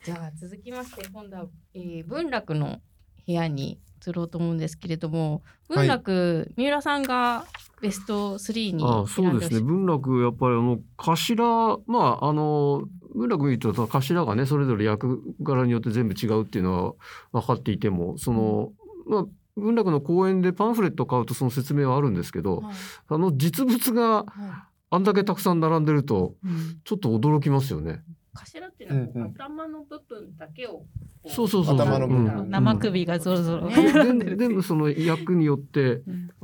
じゃあ続きまして今度は、文楽の部屋に移ろうと思うんですけれども、文楽、三浦さんがベスト3にそうですね。文楽やっぱり頭、文楽見ると頭がねそれぞれ役柄によって全部違うっていうのは分かっていても、文楽の公演でパンフレットを買うとその説明はあるんですけど、実物があんだけたくさん並んでるとちょっと驚きますよね。 頭っていうのは頭の部分だけをそう頭の部分、 生首がゾロゾロ全部その役によって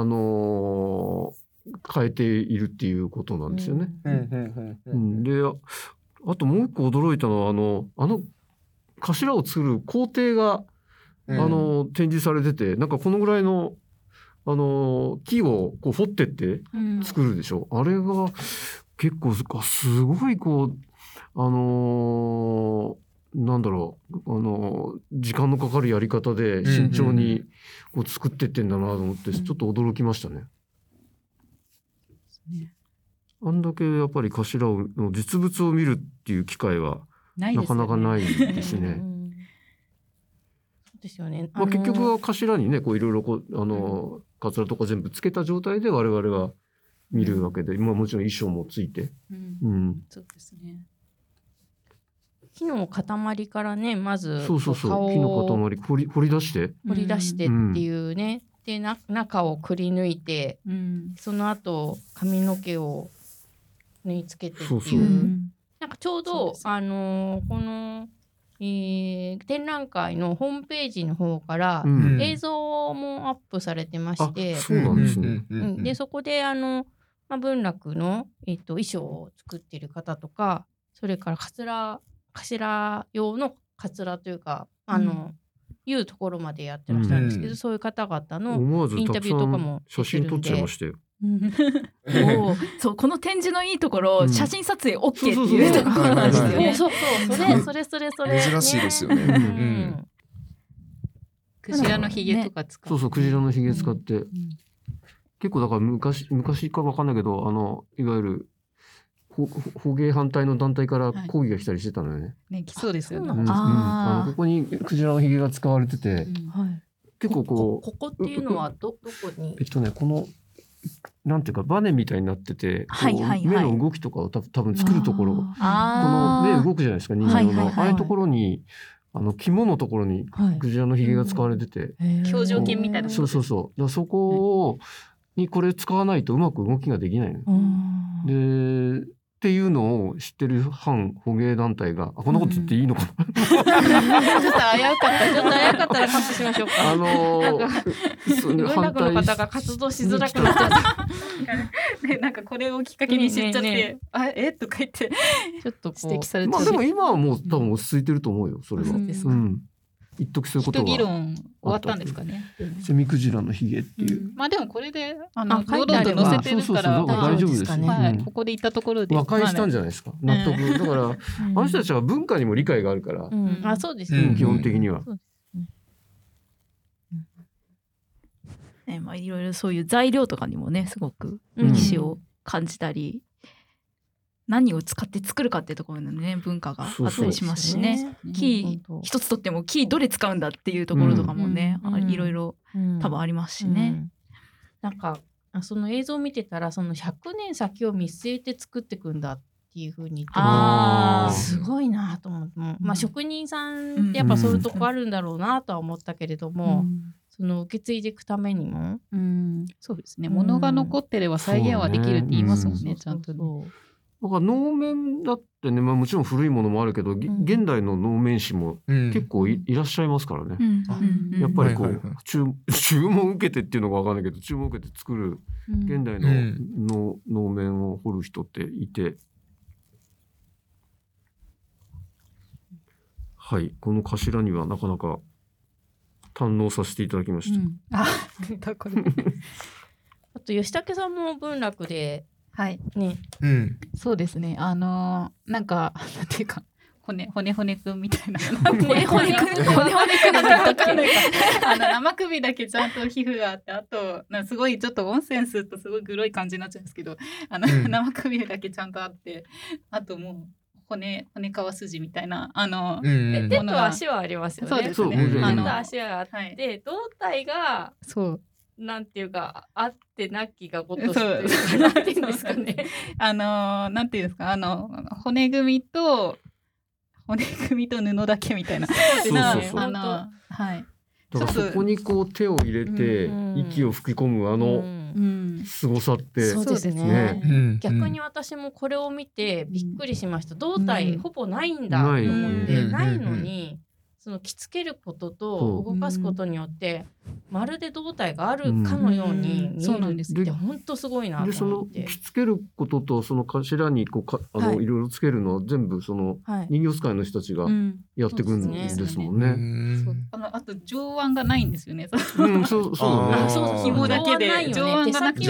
変えているっていうことなんですよね。で、あともう一個驚いたのは頭を作る工程が展示されてて、なんかこのぐらいの木をこう掘ってって作るでしょ。あれが結構すごいなんだろう、時間のかかるやり方で慎重にこう作ってってんだなと思ってちょっと驚きましたね。あんだけやっぱり頭の実物を見るっていう機会はなかなかないですね。 ですよね。 結局は頭にねこういろいろカツラとか全部つけた状態で我々は見るわけで、もちろん衣装もついて、 そうですね。 木の塊からねまずそう顔を木の塊掘り出してっていうね、で中をくり抜いて、その後髪の毛を縫い付けてっていう、なんかちょうどこの、展覧会のホームページの方から映像もアップされてまして、 そうなんですね。 でそこで文楽の、衣装を作っている方とか、それから頭用のカツラというかいうところまでやってらっしゃるんですけど、そういう方々のインタビューとかも写真撮っちゃいましたよ。 そう、この展示のいいところ、写真撮影 OK っていうところなんですよね。 それ珍しいですよね。 クジラのひげとか使って、 クジラのひげ使って、結構だから昔か分かんないけどいわゆる捕鯨反対の団体から抗議が来たりしてたのよね。 来そうですよね。 ここにクジラのひげが使われてて、結構ここっていうのはどこに？ このなんていうかバネみたいになってて、目の動きとかを多分作るところ、この目動くじゃないですか、人間のああいうところに肝のところにクジラのひげが使われてて、 表情筋みたいな。 そうだからそこにこれ使わないとうまく動きができないの。でっていうのを知ってる反捕鯨団体がこんなこと言っていいのかな、 ちょっと危うかったらカットしましょうか。文楽の方が活動しづらくなっちゃったなんかこれをきっかけに知っちゃってとか言ってちょっと指摘されちゃう。 でも今はもう多分落ち着いてると思うよ、それは。一時そういうことが議論終わったんですかね。 セミクジラのヒゲっていう。 でもこれで堂々と載せてるから大丈夫ですね。 ここで言ったところで和解したんじゃないですか。納得。だからあの人たちは文化にも理解があるから。 そうですね。 基本的には。 いろいろそういう材料とかにもねすごく歴史を感じたり。何を使って作るかっていうところのね文化があったりしますしね。木一つとっても木どれ使うんだっていうところとかもね、いろいろ多分ありますしね。 なんかその映像を見てたらその100年先を見据えて作っていくんだっていう風に言ってすごいなと思って、職人さんってやっぱそういうとこあるんだろうなとは思ったけれども、その受け継いでいくためにも、 そうですね。物が残ってれば再現はできるって言いますもんね、ちゃんと。 だから能面だってね、もちろん古いものもあるけど、現代の能面師も結構 いらっしゃいますからね。やっぱりこう、注文受けてっていうのが分かんないけど、注文受けて作る現代の能面を彫る人っていて、はい、この頭にはなかなか堪能させていただきました。 あと吉武さんも文楽でね、そうですね。なんかなんていうか骨くんみたいな骨くんなんて言ったっけ生首だけちゃんと皮膚があって、あとすごいちょっと温泉吸うとすごいグロい感じになっちゃうんですけど、生首だけちゃんとあって、あともう骨皮筋みたいな手と足はありますよね。 そうですね。 手と足はあって、胴体がなんていうかあってなきがごとしというかなんていうんですかね。 なんていうんですか骨組みと布だけみたいな。はい。 だからそこにこう手を入れて息を吹き込む凄さって、 そうですね。逆に私もこれを見てびっくりしました。胴体ほぼないんだと思ってないのに。その着付けることと動かすことによってまるで胴体があるかのように見えるって本当すごいなと思って。 でその着付けることとその頭にこういろいろつけるのは全部その人形使いの人たちがやってくるんですもんね。 あと上腕がないんですよね。 そうね。 紐だけで上腕がなくて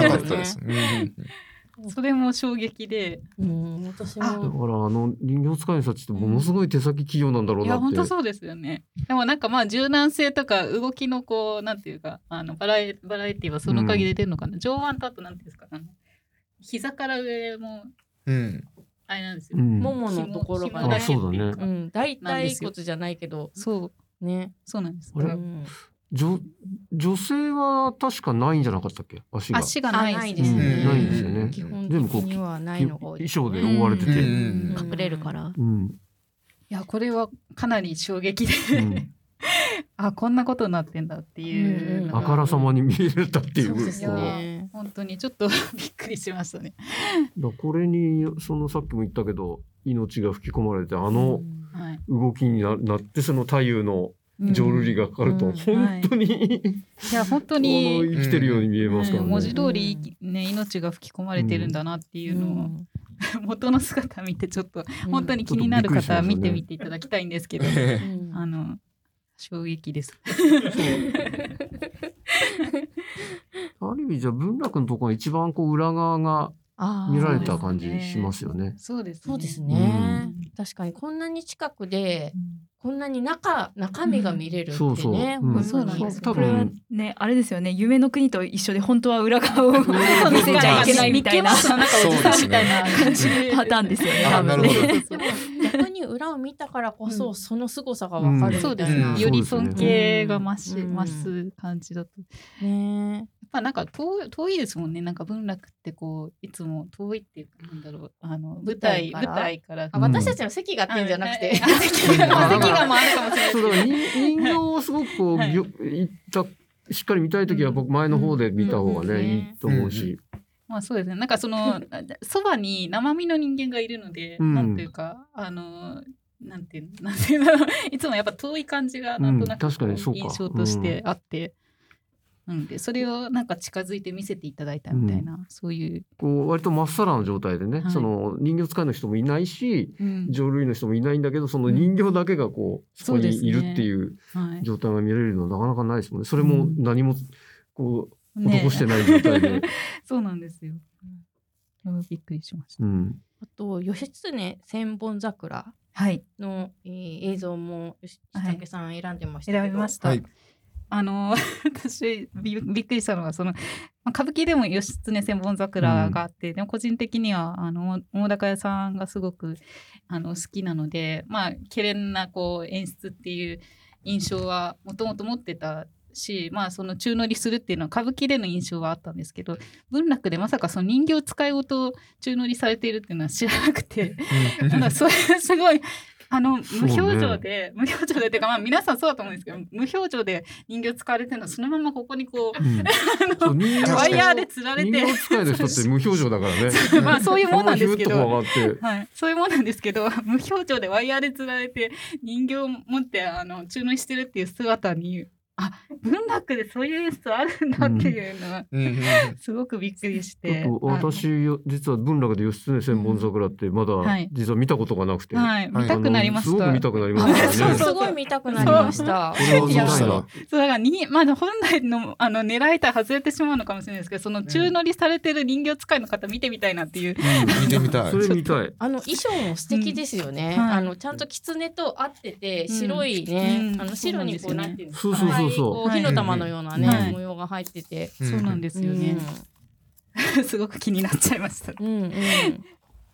それも衝撃で、 私もだから人形使いの人たちってものすごい手先器用なんだろうなって。 いや本当そうですよね。でもなんか柔軟性とか動きのこうなんていうかバラエティはそのおかげで出るのかな。上腕とあとなんていうんですか膝から上もあれなんですよ。 もものところがね。 そうだね。 大腿骨じゃないけど、 そうね。 そうなんです。 女性は確かないんじゃなかったっけ？ 足がないですね。 ないんですよね。 基本的にはないのが多い。 衣装で覆われてて隠れるから。 いやこれはかなり衝撃で、こんなことになってんだっていう。 あからさまに見えたっていう。 そうですね。 本当にちょっとびっくりしましたね。 これにさっきも言ったけど命が吹き込まれて動きになってその太夫の浄瑠璃がかかると本当にいや本当に生きてるように見えますからね。 文字通りね命が吹き込まれてるんだなっていうのを元の姿見てちょっと本当に気になる方は見てみていただきたいんですけど、衝撃です。 ある意味じゃ文楽のところが一番こう裏側が見られた感じしますよね。 そうですね。確かにこんなに近くでこんなに中身が見れるってね。 そうなんです。これはねあれですよね。夢の国と一緒で本当は裏側を見せちゃいけないみたいなパターンですよね。 なるほど。 逆に裏を見たからこそその凄さがわかるみたいな。 より尊敬が増す感じだと。ね。やっぱなんか遠いですもんね。なんか文楽ってこういつも遠いっていうかなんだろう舞台から私たちの席があってんじゃなくて席がもあるかもしれない。 人形をすごくこうしっかり見たいときは僕前の方で見た方がねいいと思うし。 そうですね。なんかそばに生身の人間がいるのでなんていうかなんていうのいつもやっぱ遠い感じがなんとなく印象としてあって。でそれをなんか近づいて見せていただいたみたいな、そういうこう割とまっさらな状態でね、その人形使いの人もいないし、浄瑠璃の人もいないんだけどその人形だけがこうそこにいるっていう状態が見られるのはなかなかないですもんね。それも何もこう施してない状態で。 そうなんですよ。びっくりしました。 あと義経千本桜の映像も吉武さん選んでましたけど。 選びました。私びっくりしたのが歌舞伎でも義経千本桜があって、でも個人的には大高屋さんがすごく好きなのでけれんなこう演出っていう印象はもともと持ってたし、その宙乗りするっていうのは歌舞伎での印象はあったんですけど、文楽でまさかその人形使いごと宙乗りされているっていうのは知らなくてそれすごい無表情でっていうか皆さんそうだと思うんですけど無表情で人形使われてるのはそのままここにこう、ワイヤーでつられて人形使いの人って無表情だからねそういうもんなんですけど、そういうもんなんですけど無表情でワイヤーでつられて人形を持って宙乗りしてるっていう姿に文楽でそういう演出あるんだっていうのはすごくびっくりして、 私実は文楽で義経千本桜ってまだ実は見たことがなくて、 見たくなりました。 すごく見たくなりましたね。 すごい見たくなりました。 そうだから本来の狙いとは外れてしまうのかもしれないですけど、その宙乗りされてる人形使いの方見てみたいなっていう。 見てみたい。 それ見たい。 衣装も素敵ですよね。ちゃんと狐と合ってて白いね、白にこうなってるんですか。火の玉のようなね模様が入ってて、 そうなんですよね。すごく気になっちゃいました。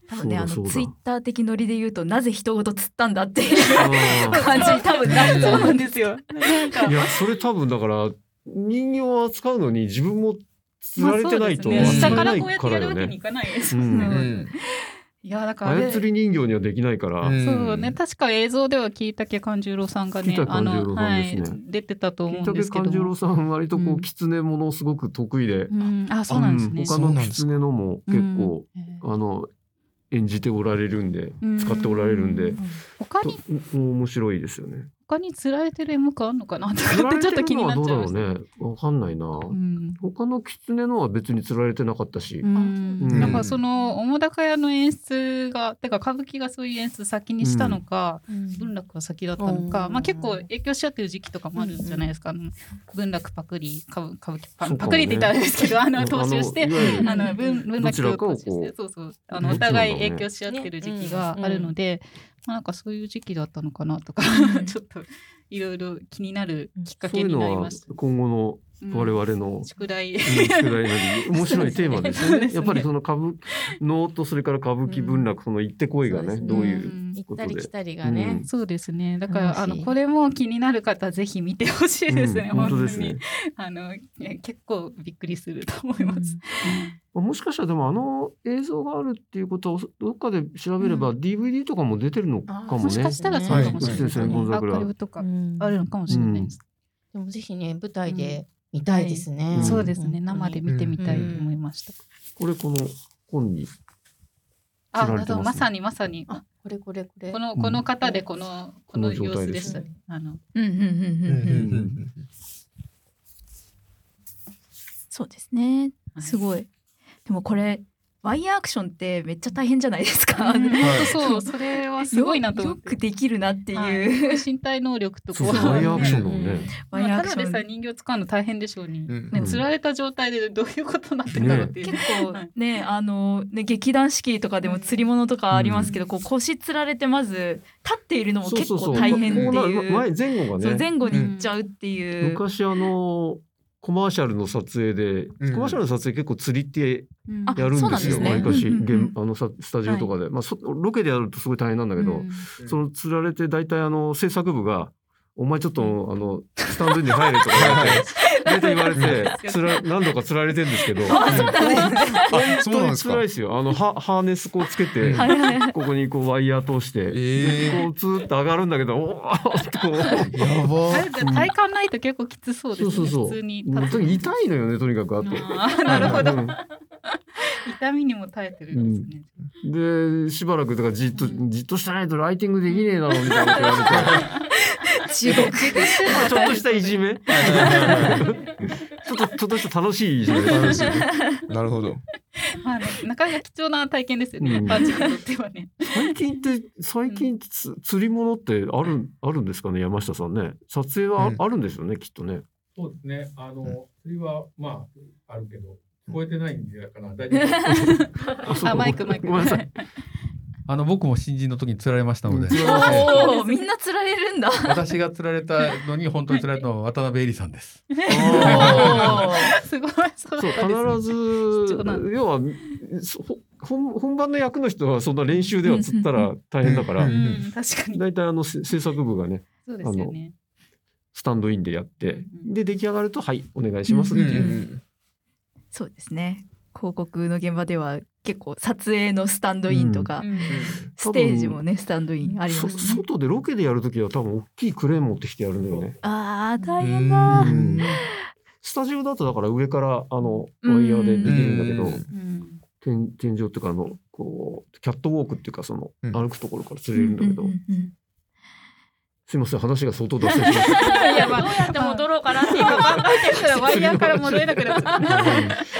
多分ねそうだツイッター的ノリで言うとなぜ人ごと釣ったんだっていう感じに多分なると思うんですよ。なんかいやそれ多分だから人形を扱うのに自分も釣られてないと下か扱えないらこうやってやるわけにいかないですうんね。いやだから操り人形にはできないから、 そうね、確か映像では桐竹勘十郎さんがね、出てたと思うんですけども、 桐竹勘十郎さん割とこう狐ものすごく得意で、 あ、そうなんですね。 他の狐のも結構演じておられるんで、使っておられるんで、 他に面白いですよね。 他に釣られてる演目あるのかなってちょっと気になっちゃいました。 わかんないな。他の狐のは別に釣られてなかったし。 なんかその澤瀉屋の演出が、てか歌舞伎がそういう演出先にしたのか、文楽が先だったのか、まあ結構影響しちゃってる時期とかもあるんじゃないですか。文楽パクリ、歌舞伎パクリって言ったらあれですけど、踏襲して文楽を踏襲して、そうそうお互い影響し合ってる時期があるので。なんかそういう時期だったのかなとかちょっといろいろ気になるきっかけになりました。 今後の我々の宿題なり面白いテーマですよね。やっぱりその能とそれから歌舞伎文楽その行ってこいがねどういうことで行ったり来たりがね。 そうですね。だからこれも気になる方ぜひ見てほしいですね。 本当ですね。 結構びっくりすると思います。 もしかしたらでも映像があるっていうことをどっかで調べれば DVD とかも出てるのかもね。 もしかしたらそうかもしれないですね。アーカイブとかあるのかもしれないです。 でもぜひね舞台で見たいですね。 そうですね。生で見てみたいと思いました。 これこの本にまさにまさにこれこの方でこの様子でしたね。 そうですね。すごい。でもこれワイヤーアクションってめっちゃ大変じゃないですか。 そうそれはすごいなと思って。 よくできるなっていう身体能力とか。 ワイヤーアクションだもんね。 ただでさ人形使うの大変でしょうに。釣られた状態でどういうことになってるんだろうっていう。 結構ね劇団四季とかでも釣り物とかありますけど、こう腰釣られてまず立っているのも結構大変っていう。 前後がね。 前後に行っちゃうっていう。 昔コマーシャルの撮影で、コマーシャルの撮影結構釣りってやるんですよ。毎年スタジオとかで、ロケでやるとすごい大変なんだけど、その釣られて大体制作部がお前ちょっとスタンドに入れとか大体言われて何度か釣られてるんですけど、本当に辛いですよ。ハーネスこうつけてここにこうワイヤー通してこうツーッと上がるんだけど、おーってこうやば。体感ないと結構きつそうですね。普通に痛いのよね、とにかく。あとなるほど。痛みにも耐えてるんですね。でしばらくだからじっとしたないとライティングできねえだろみたいなこと言われて。 地獄ちょっとしたいじめちょっとした楽しいいじめ。 なるほど。 なかなか貴重な体験ですよね。パンチにとってはね。 最近釣り物ってあるんですかね、山下さんね。撮影はあるんですよね、きっとね。 そうですね。釣りはあるけど聞こえてないんだから大丈夫。 マイク。ごめんなさい。 僕も新人の時に釣られましたので。 みんな釣られるんだ。 私が釣られたのに本当に釣られたのは渡辺恵里さんです。 すごい。 そう必ず要は本番の役の人はそんな練習では釣ったら大変だから、 確かに。 大体制作部がね、スタンドインでやってで出来上がるとはいお願いしますっていう。 そうですね。広告の現場では結構撮影のスタンドインとか、ステージもねスタンドインありますね。 外でロケでやるときは多分大きいクレーン持ってきてやるんだよね。 大変だ。 スタジオだとだから上からワイヤーでできるんだけど、天井っていうかこうキャットウォークっていうか歩くところから釣れるんだけど。すいません、話が相当脱線しました。 どうやって戻ろうかなって今考えてるからワイヤーから戻れなくなっちゃった。